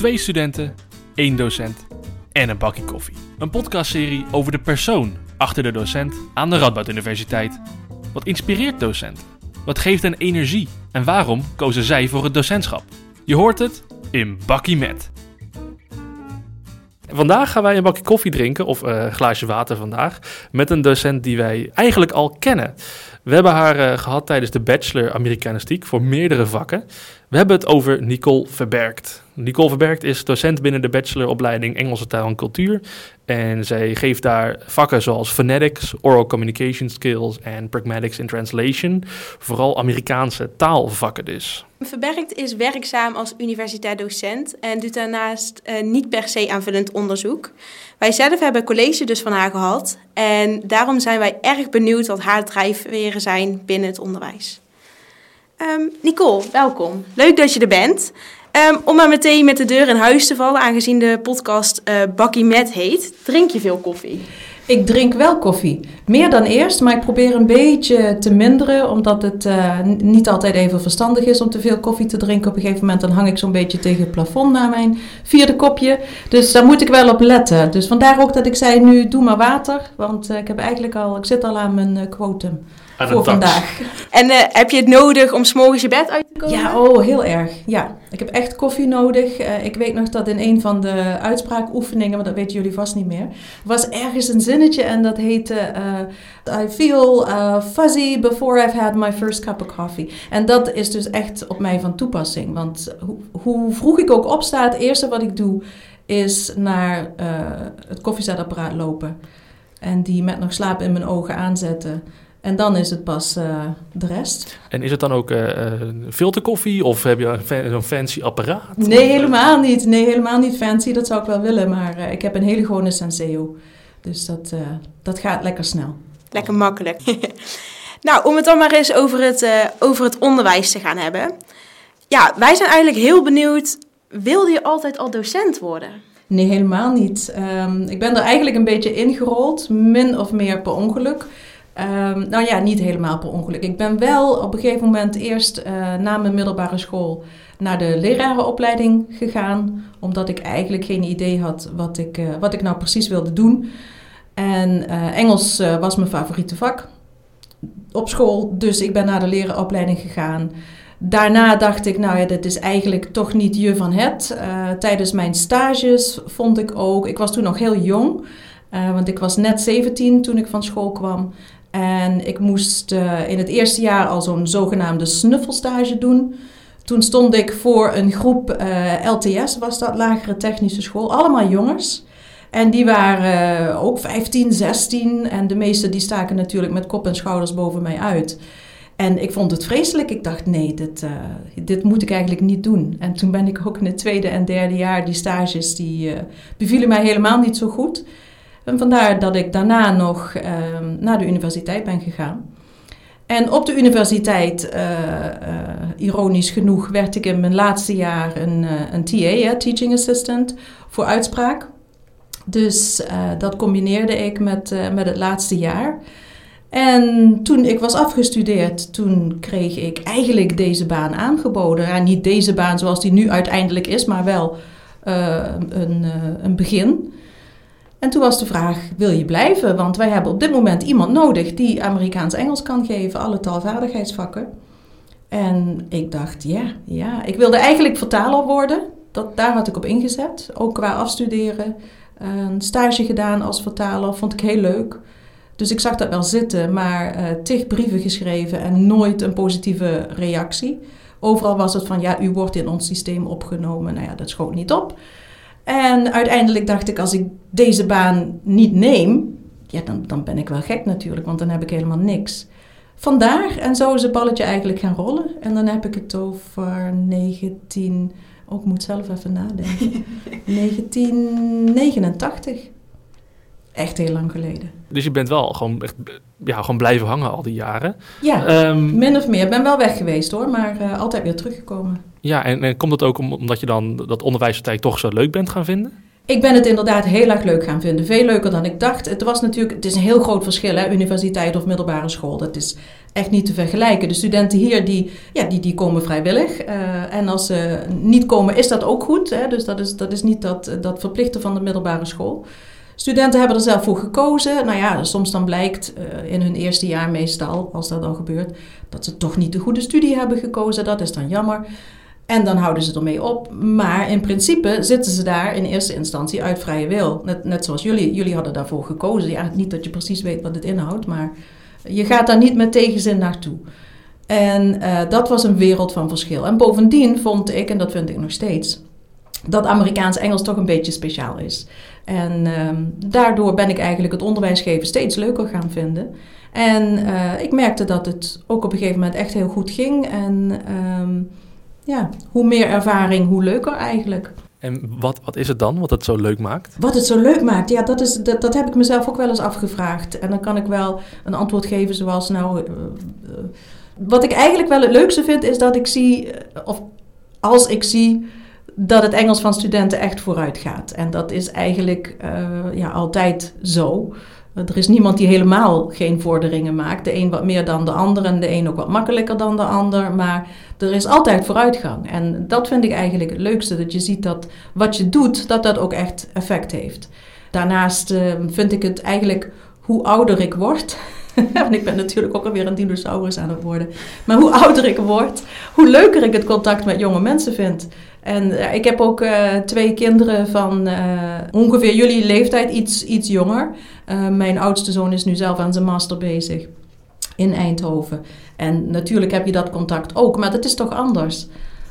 2 studenten, 1 docent en een bakje koffie. Een podcastserie over de persoon achter de docent aan de Radboud Universiteit. Wat inspireert docenten? Wat geeft hen energie? En waarom kozen zij voor het docentschap? Je hoort het in Bakkie Met. Vandaag gaan wij een bakje koffie drinken, of een glaasje water vandaag, met een docent die wij eigenlijk al kennen. We hebben haar gehad tijdens de bachelor Amerikanistiek voor meerdere vakken. We hebben het over Nicole Verbergt. Nicole Verbergt is docent binnen de bacheloropleiding Engelse taal en cultuur. En zij geeft daar vakken zoals phonetics, oral communication skills en pragmatics in translation. Vooral Amerikaanse taalvakken dus. Verbergt is werkzaam als universitair docent en doet daarnaast niet per se aanvullend onderzoek. Wij zelf hebben college dus van haar gehad en daarom zijn wij erg benieuwd wat haar drijfveren zijn binnen het onderwijs. Nicole, welkom. Leuk dat je er bent. Om maar meteen met de deur in huis te vallen, aangezien de podcast Bakkie Met heet, drink je veel koffie? Ik drink wel koffie. Meer dan eerst, maar ik probeer een beetje te minderen, omdat het niet altijd even verstandig is om te veel koffie te drinken. Op een gegeven moment dan hang ik zo'n beetje tegen het plafond na mijn 4e kopje. Dus daar moet ik wel op letten. Dus vandaar ook dat ik zei, nu doe maar water, want ik zit al aan mijn quotum voor vandaag. En heb je het nodig om 's morgens je bed uit te komen? Ja, heel erg. Ja, ik heb echt koffie nodig. Ik weet nog dat in een van de uitspraakoefeningen, maar dat weten jullie vast niet meer, was ergens een zinnetje en dat heette I feel fuzzy before I've had my first cup of coffee. En dat is dus echt op mij van toepassing. Want hoe vroeg ik ook opsta, het eerste wat ik doe is naar het koffiezetapparaat lopen. En die met nog slaap in mijn ogen aanzetten. En dan is het pas de rest. En is het dan ook filterkoffie of heb je zo'n fancy apparaat? Nee, helemaal niet. Nee, helemaal niet fancy. Dat zou ik wel willen, maar ik heb een hele gewone Senseo. Dus dat gaat lekker snel. Lekker makkelijk. Nou, om het dan maar eens over het onderwijs te gaan hebben. Ja, wij zijn eigenlijk heel benieuwd, wilde je altijd al docent worden? Nee, helemaal niet. Ik ben er eigenlijk een beetje ingerold, min of meer per ongeluk. Nou ja, niet helemaal per ongeluk. Ik ben wel op een gegeven moment eerst na mijn middelbare school naar de lerarenopleiding gegaan. Omdat ik eigenlijk geen idee had wat ik nou precies wilde doen. En Engels was mijn favoriete vak op school. Dus ik ben naar de lerarenopleiding gegaan. Daarna dacht ik, nou ja, dit is eigenlijk toch niet je van het. Tijdens mijn stages vond ik ook, ik was toen nog heel jong. Want ik was net 17 toen ik van school kwam. En ik moest in het eerste jaar al zo'n zogenaamde snuffelstage doen. Toen stond ik voor een groep LTS, was dat, lagere technische school. Allemaal jongens. En die waren ook 15, 16. En de meesten die staken natuurlijk met kop en schouders boven mij uit. En ik vond het vreselijk. Ik dacht, nee, dit moet ik eigenlijk niet doen. En toen ben ik ook in het 2e en 3e jaar, die stages, die bevielen mij helemaal niet zo goed. En vandaar dat ik daarna nog naar de universiteit ben gegaan. En op de universiteit, ironisch genoeg, werd ik in mijn laatste jaar een TA, Teaching Assistant, voor uitspraak. Dus dat combineerde ik met het laatste jaar. En toen ik was afgestudeerd, toen kreeg ik eigenlijk deze baan aangeboden. Ja, niet deze baan zoals die nu uiteindelijk is, maar wel een begin. En toen was de vraag, wil je blijven? Want wij hebben op dit moment iemand nodig die Amerikaans-Engels kan geven, alle taalvaardigheidsvakken. En ik dacht, ja, ik wilde eigenlijk vertaler worden. Daar had ik op ingezet, ook qua afstuderen. Een stage gedaan als vertaler, vond ik heel leuk. Dus ik zag dat wel zitten, maar 10 brieven geschreven en nooit een positieve reactie. Overal was het van, ja, u wordt in ons systeem opgenomen. Nou ja, dat schoot niet op. En uiteindelijk dacht ik, als ik deze baan niet neem, ja, dan ben ik wel gek natuurlijk, want dan heb ik helemaal niks. Vandaar, en zo is het balletje eigenlijk gaan rollen. En dan heb ik het over ik moet zelf even nadenken, 1989. Echt heel lang geleden. Dus je bent wel gewoon blijven hangen al die jaren. Ja, min of meer. Ik ben wel weg geweest hoor, maar altijd weer teruggekomen. Ja, en komt dat ook omdat je dan dat onderwijspraktijk toch zo leuk bent gaan vinden? Ik ben het inderdaad heel erg leuk gaan vinden. Veel leuker dan ik dacht. Het is een heel groot verschil, hè? Universiteit of middelbare school. Dat is echt niet te vergelijken. De studenten hier, die komen vrijwillig. En als ze niet komen, is dat ook goed. Hè? Dus dat is niet dat verplichten van de middelbare school. Studenten hebben er zelf voor gekozen. Nou ja, soms dan blijkt in hun eerste jaar meestal, als dat dan gebeurt, dat ze toch niet de goede studie hebben gekozen. Dat is dan jammer. En dan houden ze ermee op. Maar in principe zitten ze daar in eerste instantie uit vrije wil. Net zoals jullie. Jullie hadden daarvoor gekozen. Ja, niet dat je precies weet wat het inhoudt, maar je gaat daar niet met tegenzin naartoe. En dat was een wereld van verschil. En bovendien vond ik, en dat vind ik nog steeds, dat Amerikaans-Engels toch een beetje speciaal is. En daardoor ben ik eigenlijk het onderwijsgeven steeds leuker gaan vinden. En ik merkte dat het ook op een gegeven moment echt heel goed ging. En hoe meer ervaring, hoe leuker eigenlijk. En wat is het dan wat het zo leuk maakt? Wat het zo leuk maakt, ja, dat heb ik mezelf ook wel eens afgevraagd. En dan kan ik wel een antwoord geven zoals, wat ik eigenlijk wel het leukste vind, is dat ik zie, of als ik zie, dat het Engels van studenten echt vooruit gaat. En dat is eigenlijk altijd zo. Er is niemand die helemaal geen vorderingen maakt. De een wat meer dan de ander en de een ook wat makkelijker dan de ander. Maar er is altijd vooruitgang. En dat vind ik eigenlijk het leukste. Dat je ziet dat wat je doet, dat ook echt effect heeft. Daarnaast vind ik het eigenlijk, hoe ouder ik word, want ik ben natuurlijk ook alweer een dinosaurus aan het worden. Maar hoe ouder ik word, hoe leuker ik het contact met jonge mensen vind. En ik heb ook 2 kinderen van ongeveer jullie leeftijd, iets jonger. Mijn oudste zoon is nu zelf aan zijn master bezig in Eindhoven. En natuurlijk heb je dat contact ook, maar dat is toch anders.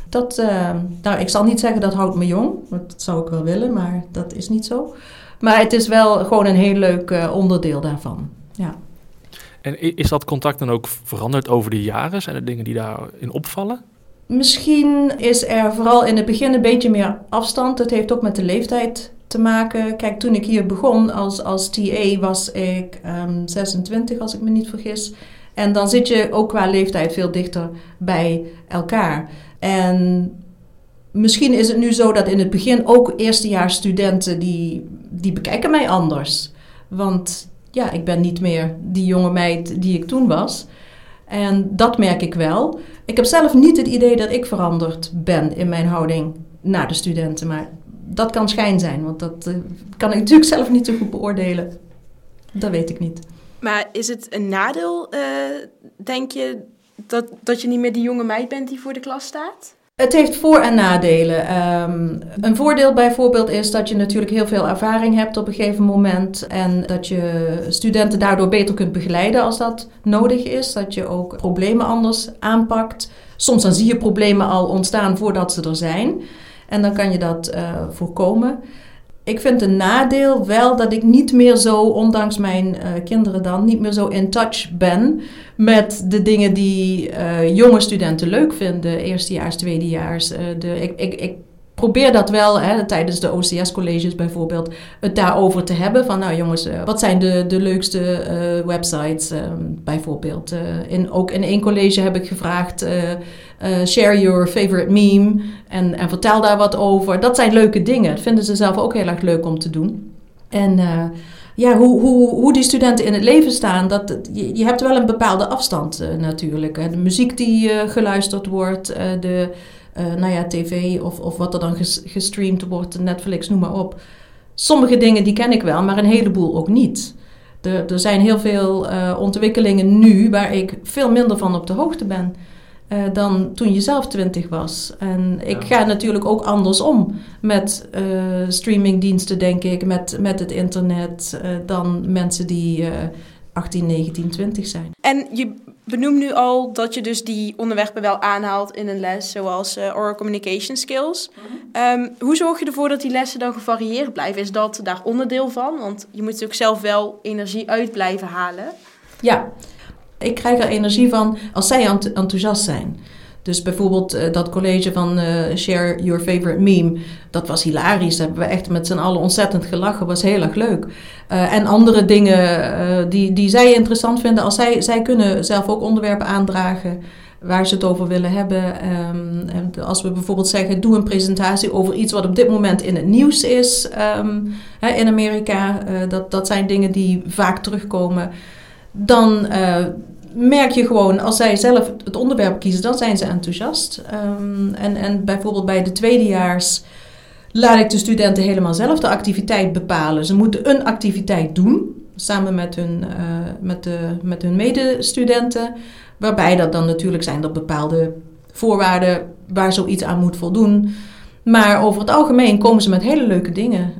Ik zal niet zeggen dat houdt me jong, dat zou ik wel willen, maar dat is niet zo. Maar het is wel gewoon een heel leuk onderdeel daarvan, ja. En is dat contact dan ook veranderd over de jaren? Zijn er dingen die daarin opvallen? Misschien is er vooral in het begin een beetje meer afstand. Het heeft ook met de leeftijd te maken. Kijk, toen ik hier begon als TA was ik 26, als ik me niet vergis. En dan zit je ook qua leeftijd veel dichter bij elkaar. En misschien is het nu zo dat in het begin ook eerstejaarsstudenten die bekijken mij anders. Want ja, ik ben niet meer die jonge meid die ik toen was. En dat merk ik wel. Ik heb zelf niet het idee dat ik veranderd ben in mijn houding naar de studenten. Maar dat kan schijn zijn, want dat kan ik natuurlijk zelf niet zo goed beoordelen. Dat weet ik niet. Maar is het een nadeel, denk je, dat je niet meer die jonge meid bent die voor de klas staat? Het heeft voor- en nadelen. Een voordeel bijvoorbeeld is dat je natuurlijk heel veel ervaring hebt op een gegeven moment. En dat je studenten daardoor beter kunt begeleiden als dat nodig is. Dat je ook problemen anders aanpakt. Soms dan zie je problemen al ontstaan voordat ze er zijn. En dan kan je dat voorkomen. Ik vind een nadeel wel dat ik niet meer zo, ondanks mijn kinderen dan, niet meer zo in touch ben met de dingen die jonge studenten leuk vinden, eerstejaars, tweedejaars. Ik probeer dat wel, tijdens de OCS-colleges bijvoorbeeld, het daarover te hebben. Van nou jongens, wat zijn de leukste websites bijvoorbeeld. Ook in 1 college heb ik gevraagd, share your favorite meme en vertel daar wat over. Dat zijn leuke dingen. Dat vinden ze zelf ook heel erg leuk om te doen. En hoe die studenten in het leven staan, je hebt wel een bepaalde afstand natuurlijk. De muziek die geluisterd wordt, tv of wat er dan gestreamd wordt, Netflix, noem maar op. Sommige dingen die ken ik wel, maar een heleboel ook niet. Er zijn heel veel ontwikkelingen nu waar ik veel minder van op de hoogte ben dan toen je zelf 20 was. En ik ga natuurlijk ook anders om met streamingdiensten, denk ik, met het internet, dan mensen die 18, 19, 20 zijn. En je benoemt nu al dat je dus die onderwerpen wel aanhaalt in een les, zoals oral communication skills. Hoe zorg je ervoor dat die lessen dan gevarieerd blijven? Is dat daar onderdeel van? Want je moet natuurlijk zelf wel energie uit blijven halen. Ja, ik krijg er energie van als zij enthousiast zijn. Dus bijvoorbeeld dat college van Share Your Favorite Meme, dat was hilarisch. Daar hebben we echt met z'n allen ontzettend gelachen. Was heel erg leuk. En andere dingen die zij interessant vinden. Als zij kunnen zelf ook onderwerpen aandragen. waar ze het over willen hebben. En als we bijvoorbeeld zeggen, doe een presentatie over iets wat op dit moment in het nieuws is in Amerika. Dat zijn dingen die vaak terugkomen. Dan merk je gewoon, als zij zelf het onderwerp kiezen, dan zijn ze enthousiast. En bijvoorbeeld bij de tweedejaars laat ik de studenten helemaal zelf de activiteit bepalen. Ze moeten een activiteit doen, samen met hun medestudenten. Waarbij dat dan natuurlijk zijn er bepaalde voorwaarden waar zoiets aan moet voldoen. Maar over het algemeen komen ze met hele leuke dingen.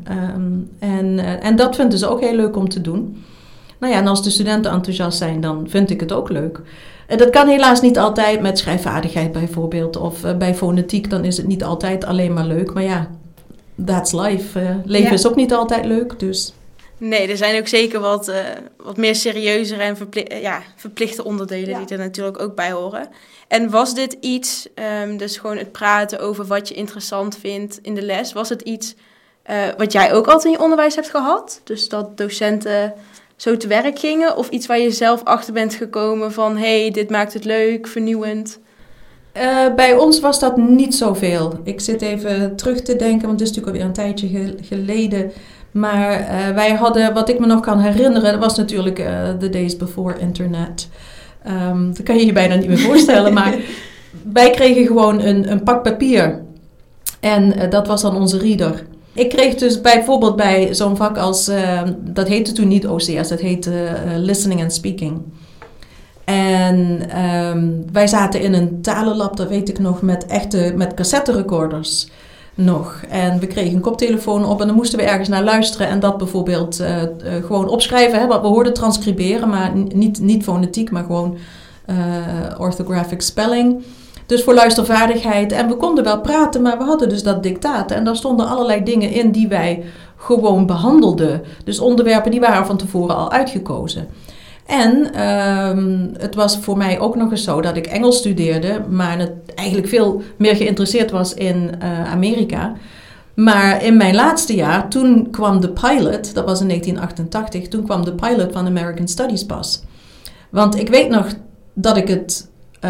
En dat vinden ze ook heel leuk om te doen. Nou ja, en als de studenten enthousiast zijn, dan vind ik het ook leuk. En dat kan helaas niet altijd met schrijfvaardigheid bijvoorbeeld. Of bij fonetiek, dan is het niet altijd alleen maar leuk. Maar ja, that's life. Leven is ook niet altijd leuk, dus... Nee, er zijn ook zeker wat meer serieuzere en verplichte onderdelen die er natuurlijk ook bij horen. En was dit iets, dus gewoon het praten over wat je interessant vindt in de les, was het iets wat jij ook altijd in je onderwijs hebt gehad? Dus dat docenten zo te werk gingen? Of iets waar je zelf achter bent gekomen van, hey, dit maakt het leuk, vernieuwend? Bij ons was dat niet zoveel. Ik zit even terug te denken, want het is natuurlijk alweer een tijdje geleden. Maar wij hadden, wat ik me nog kan herinneren, dat was natuurlijk the days before internet. Dat kan je je bijna niet meer voorstellen, maar wij kregen gewoon een pak papier. En dat was dan onze reader. Ik kreeg dus bijvoorbeeld bij zo'n vak als, dat heette toen niet OCS, dat heette Listening and Speaking. En wij zaten in een talenlab, dat weet ik nog, met cassette recorders nog. En we kregen een koptelefoon op en dan moesten we ergens naar luisteren en dat bijvoorbeeld gewoon opschrijven. Hè, wat we hoorden transcriberen, maar niet fonetiek, maar gewoon orthographic spelling. Dus voor luistervaardigheid. En we konden wel praten, maar we hadden dus dat dictaat. En daar stonden allerlei dingen in die wij gewoon behandelden. Dus onderwerpen die waren van tevoren al uitgekozen. En het was voor mij ook nog eens zo dat ik Engels studeerde, maar het eigenlijk veel meer geïnteresseerd was in Amerika. Maar in mijn laatste jaar, toen kwam de pilot, dat was in 1988, toen kwam de pilot van American Studies pas. Want ik weet nog dat ik het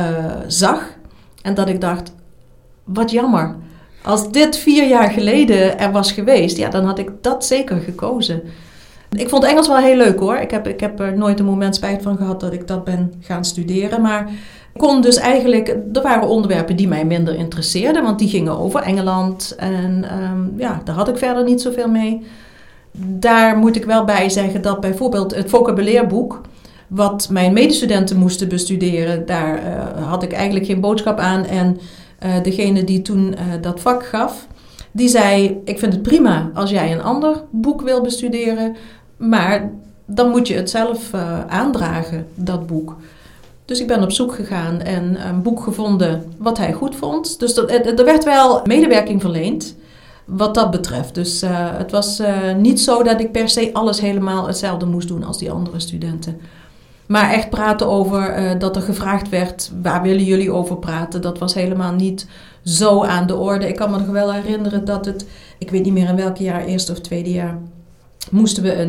zag en dat ik dacht, wat jammer. Als dit 4 jaar geleden er was geweest, ja, dan had ik dat zeker gekozen. Ik vond Engels wel heel leuk hoor. Ik heb er nooit een moment spijt van gehad dat ik dat ben gaan studeren. Maar ik kon dus eigenlijk, er waren onderwerpen die mij minder interesseerden. Want die gingen over Engeland. En daar had ik verder niet zoveel mee. Daar moet ik wel bij zeggen dat bijvoorbeeld het vocabulaireboek, wat mijn medestudenten moesten bestuderen, daar had ik eigenlijk geen boodschap aan. En degene die toen dat vak gaf, die zei, ik vind het prima als jij een ander boek wil bestuderen, maar dan moet je het zelf aandragen, dat boek. Dus ik ben op zoek gegaan en een boek gevonden wat hij goed vond. Dus er werd wel medewerking verleend wat dat betreft. Dus het was niet zo dat ik per se alles helemaal hetzelfde moest doen als die andere studenten. Maar echt praten over dat er gevraagd werd, waar willen jullie over praten? Dat was helemaal niet zo aan de orde. Ik kan me nog wel herinneren dat het, ik weet niet meer in welk jaar, eerste of tweede jaar, moesten we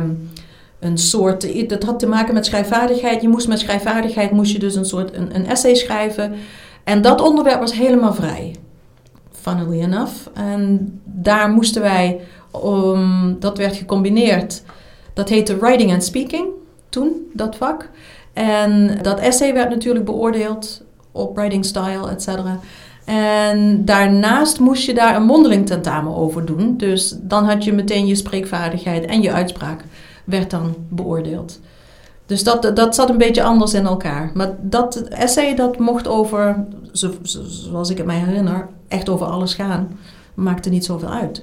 een soort, dat had te maken met schrijfvaardigheid. Met schrijfvaardigheid moest je dus een essay schrijven. En dat onderwerp was helemaal vrij. Funnily enough. En daar moesten wij, dat werd gecombineerd. Dat heette Writing and Speaking. Toen, dat vak. En dat essay werd natuurlijk beoordeeld op writing style, et cetera. En daarnaast moest je daar een mondeling tentamen over doen. Dus dan had je meteen je spreekvaardigheid en je uitspraak werd dan beoordeeld. Dus dat zat een beetje anders in elkaar. Maar dat essay, dat mocht over, zoals ik het mij herinner, echt over alles gaan. Maakte niet zoveel uit.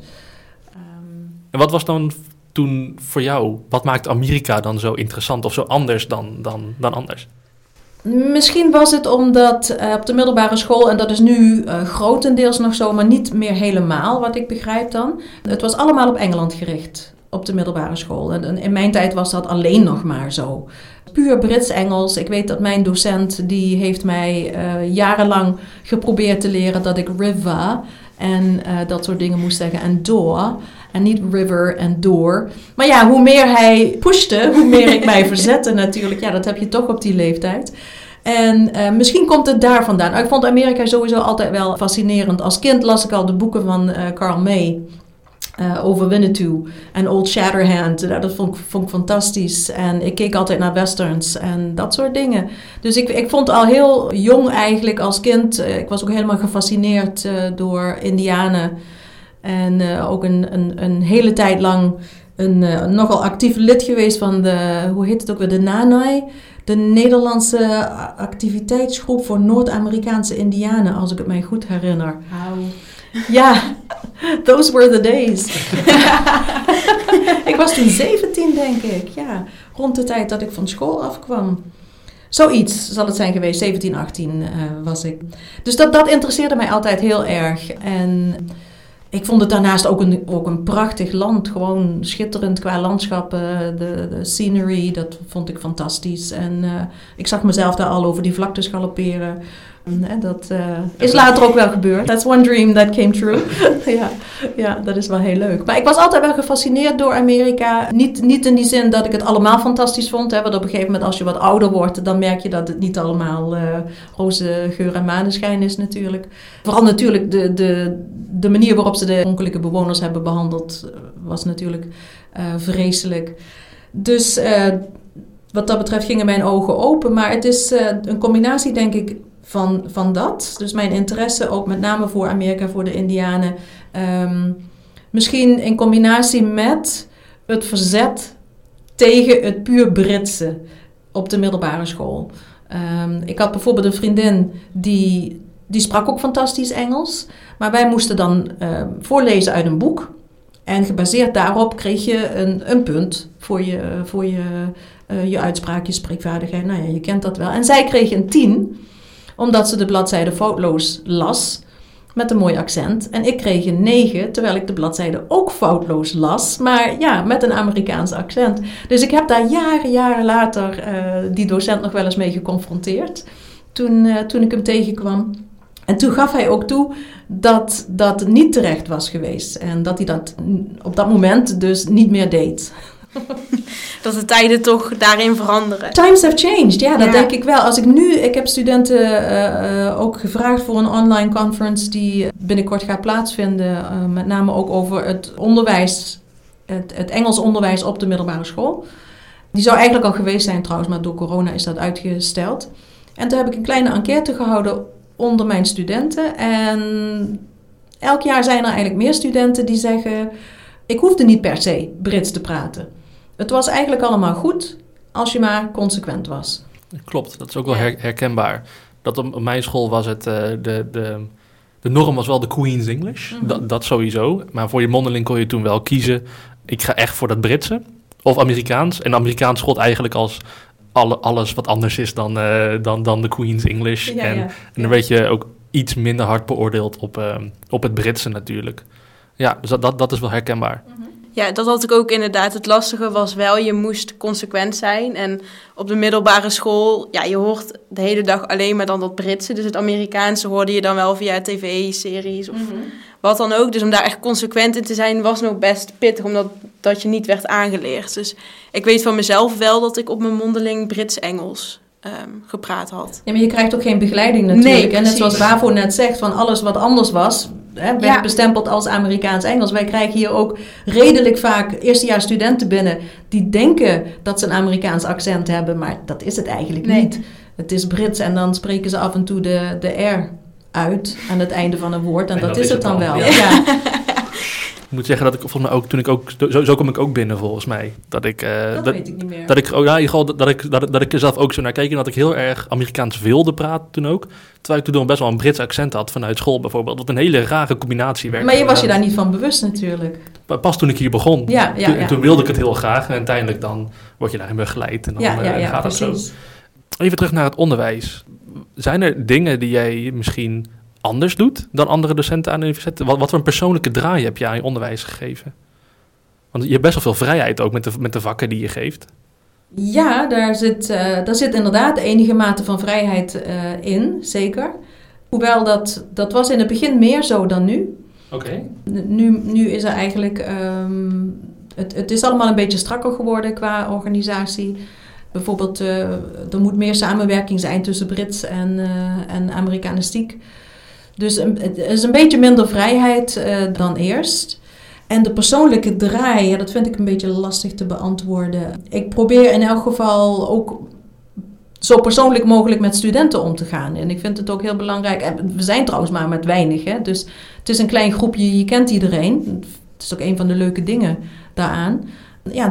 En wat was dan toen voor jou, wat maakt Amerika dan zo interessant of zo anders dan anders? Misschien was het omdat op de middelbare school, en dat is nu grotendeels nog zo, maar niet meer helemaal, wat ik begrijp dan. Het was allemaal op Engeland gericht, op de middelbare school. En in mijn tijd was dat alleen nog maar zo. Puur Brits-Engels. Ik weet dat mijn docent, die heeft mij jarenlang geprobeerd te leren dat ik river en dat soort dingen moest zeggen en door. En niet river en door. Maar ja, hoe meer hij pushte, hoe meer ik mij verzette natuurlijk. Ja, dat heb je toch op die leeftijd. En misschien komt het daar vandaan. Ik vond Amerika sowieso altijd wel fascinerend. Als kind las ik al de boeken van Karl May over Winnetou en Old Shatterhand. Dat vond ik fantastisch. En ik keek altijd naar westerns en dat soort dingen. Dus ik vond al heel jong eigenlijk als kind. Ik was ook helemaal gefascineerd door Indianen. En ook een hele tijd lang een nogal actief lid geweest van hoe heet het ook weer, de NANAI. De Nederlandse activiteitsgroep voor Noord-Amerikaanse Indianen, als ik het mij goed herinner. Wauw. Ja, those were the days. Ik was toen 17, denk ik. Ja, rond de tijd dat ik van school afkwam. Zoiets zal het zijn geweest, 17, 18 was ik. Dus dat interesseerde mij altijd heel erg. En ik vond het daarnaast ook een prachtig land. Gewoon schitterend qua landschappen. De scenery, dat vond ik fantastisch. En ik zag mezelf daar al over die vlaktes galopperen. Dat is later ook wel gebeurd. That's one dream that came true. Ja, dat is wel heel leuk. Maar ik was altijd wel gefascineerd door Amerika. Niet in die zin dat ik het allemaal fantastisch vond. Hè, want op een gegeven moment als je wat ouder wordt, dan merk je dat het niet allemaal roze geur en maneschijn is natuurlijk. Vooral natuurlijk de manier waarop ze de oorspronkelijke bewoners hebben behandeld was natuurlijk vreselijk. Dus wat dat betreft gingen mijn ogen open. Maar het is een combinatie, denk ik, van dat. Dus mijn interesse ook met name voor Amerika, voor de Indianen. Misschien in combinatie met het verzet tegen het puur Britse op de middelbare school. Ik had bijvoorbeeld een vriendin die sprak ook fantastisch Engels. Maar wij moesten dan voorlezen uit een boek. En gebaseerd daarop kreeg je een punt voor je uitspraak, je spreekvaardigheid. Nou ja, je kent dat wel. En zij kreeg een 10... omdat ze de bladzijde foutloos las, met een mooi accent. En ik kreeg een 9, terwijl ik de bladzijde ook foutloos las, maar ja, met een Amerikaans accent. Dus ik heb daar jaren later die docent nog wel eens mee geconfronteerd, toen ik hem tegenkwam. En toen gaf hij ook toe dat dat niet terecht was geweest. En dat hij dat op dat moment dus niet meer deed. Dat de tijden toch daarin veranderen. Times have changed, ja, dat denk ik wel. Ik heb studenten ook gevraagd voor een online conference die binnenkort gaat plaatsvinden. Met name ook over het onderwijs, het Engels onderwijs op de middelbare school. Die zou eigenlijk al geweest zijn trouwens, maar door corona is dat uitgesteld. En toen heb ik een kleine enquête gehouden onder mijn studenten. En elk jaar zijn er eigenlijk meer studenten die zeggen, ik hoefde niet per se Brits te praten. Het was eigenlijk allemaal goed als je maar consequent was. Klopt, dat is ook wel herkenbaar. Dat op mijn school was het, de norm was wel de Queen's English. Mm-hmm. Dat sowieso. Maar voor je mondeling kon je toen wel kiezen, ik ga echt voor dat Britse of Amerikaans. En Amerikaans gold eigenlijk als alles wat anders is dan de Queen's English. En dan werd je ook iets minder hard beoordeeld op het Britse natuurlijk. Ja, dus dat is wel herkenbaar. Mm-hmm. Ja, dat had ik ook inderdaad. Het lastige was wel, je moest consequent zijn. En op de middelbare school, ja, je hoort de hele dag alleen maar dan dat Britse. Dus het Amerikaanse hoorde je dan wel via tv-series of wat dan ook. Dus om daar echt consequent in te zijn was nog best pittig, omdat dat je niet werd aangeleerd. Dus ik weet van mezelf wel dat ik op mijn mondeling Brits-Engels gepraat had. Ja, maar je krijgt ook geen begeleiding natuurlijk. Nee, en net zoals Wavo net zegt, van alles wat anders was, werd bestempeld als Amerikaans-Engels. Wij krijgen hier ook redelijk vaak eerstejaars studenten binnen die denken dat ze een Amerikaans accent hebben, maar dat is het eigenlijk niet. Het is Brits en dan spreken ze af en toe de R uit aan het einde van een woord en dat is het dan wel. Ja. Ik moet zeggen dat ik volgens mij ook, toen ik ook, zo kom ik ook binnen volgens mij. Dat weet ik niet meer. Dat ik er zelf ook zo naar keek en dat ik heel erg Amerikaans wilde praten toen ook. Terwijl ik toen best wel een Brits accent had vanuit school bijvoorbeeld. Dat een hele rare combinatie werd. Maar je was je daar niet van bewust natuurlijk. Pas toen ik hier begon. Toen wilde ik het heel graag en uiteindelijk dan word je daarin begeleid en dan gaat het zo. Even terug naar het onderwijs. Zijn er dingen die jij misschien anders doet dan andere docenten aan de universiteit? Wat voor een persoonlijke draai heb je aan je onderwijs gegeven? Want je hebt best wel veel vrijheid ook met de vakken die je geeft. Ja, daar zit inderdaad enige mate van vrijheid in, zeker. Hoewel dat was in het begin meer zo dan nu. Oké. Nu is er eigenlijk het is allemaal een beetje strakker geworden qua organisatie. Bijvoorbeeld, er moet meer samenwerking zijn tussen Brits en Amerikanistiek. Dus het is een beetje minder vrijheid dan eerst. En de persoonlijke draai, dat vind ik een beetje lastig te beantwoorden. Ik probeer in elk geval ook zo persoonlijk mogelijk met studenten om te gaan. En ik vind het ook heel belangrijk. En we zijn trouwens maar met weinig. Hè? Dus het is een klein groepje, je kent iedereen. Het is ook een van de leuke dingen daaraan. Ja,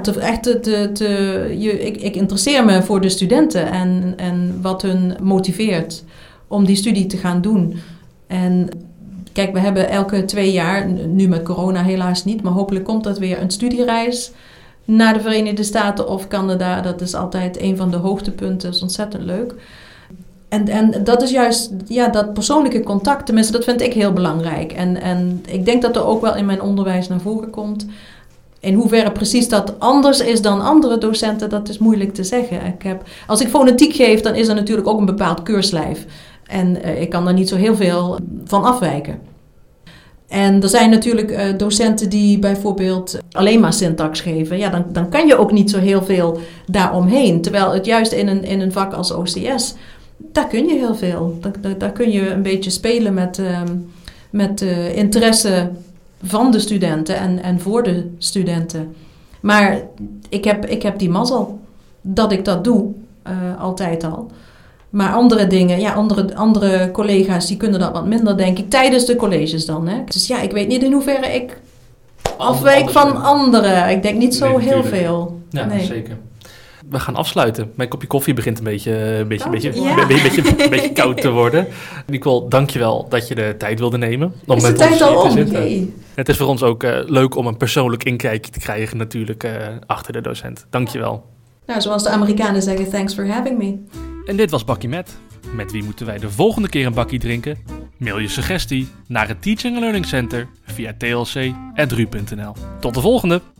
ik interesseer me voor de studenten en wat hun motiveert om die studie te gaan doen. En kijk, we hebben elke 2 jaar, nu met corona helaas niet, maar hopelijk komt dat weer, een studiereis naar de Verenigde Staten of Canada. Dat is altijd een van de hoogtepunten, dat is ontzettend leuk. En dat is juist, dat persoonlijke contact, tenminste, dat vind ik heel belangrijk. En ik denk dat er ook wel in mijn onderwijs naar voren komt. In hoeverre precies dat anders is dan andere docenten, dat is moeilijk te zeggen. Als ik fonetiek geef, dan is er natuurlijk ook een bepaald keurslijf. En ik kan daar niet zo heel veel van afwijken. En er zijn natuurlijk docenten die bijvoorbeeld alleen maar syntax geven. Ja, dan kan je ook niet zo heel veel daaromheen. Terwijl het juist in een vak als OCS, daar kun je heel veel. Daar kun je een beetje spelen met interesse van de studenten en voor de studenten. Maar ik heb die mazzel dat ik dat doe, altijd al. Maar andere dingen, andere collega's die kunnen dat wat minder, denk ik, tijdens de colleges dan. Hè? Dus ja, ik weet niet in hoeverre ik afwijk van anderen. Ik denk niet zo heel veel. Ja, nee. Zeker. We gaan afsluiten. Mijn kopje koffie begint een beetje koud te worden. Nicole, dankjewel dat je de tijd wilde nemen om is met de ons tijd al te om? zitten. Hey. Het is voor ons ook leuk om een persoonlijk inkijkje te krijgen natuurlijk achter de docent. Dankjewel. Nou, zoals de Amerikanen zeggen, thanks for having me. En dit was Bakkie Met. Met wie moeten wij de volgende keer een bakkie drinken? Mail je suggestie naar het Teaching and Learning Center via tlc@ru.nl. Tot de volgende!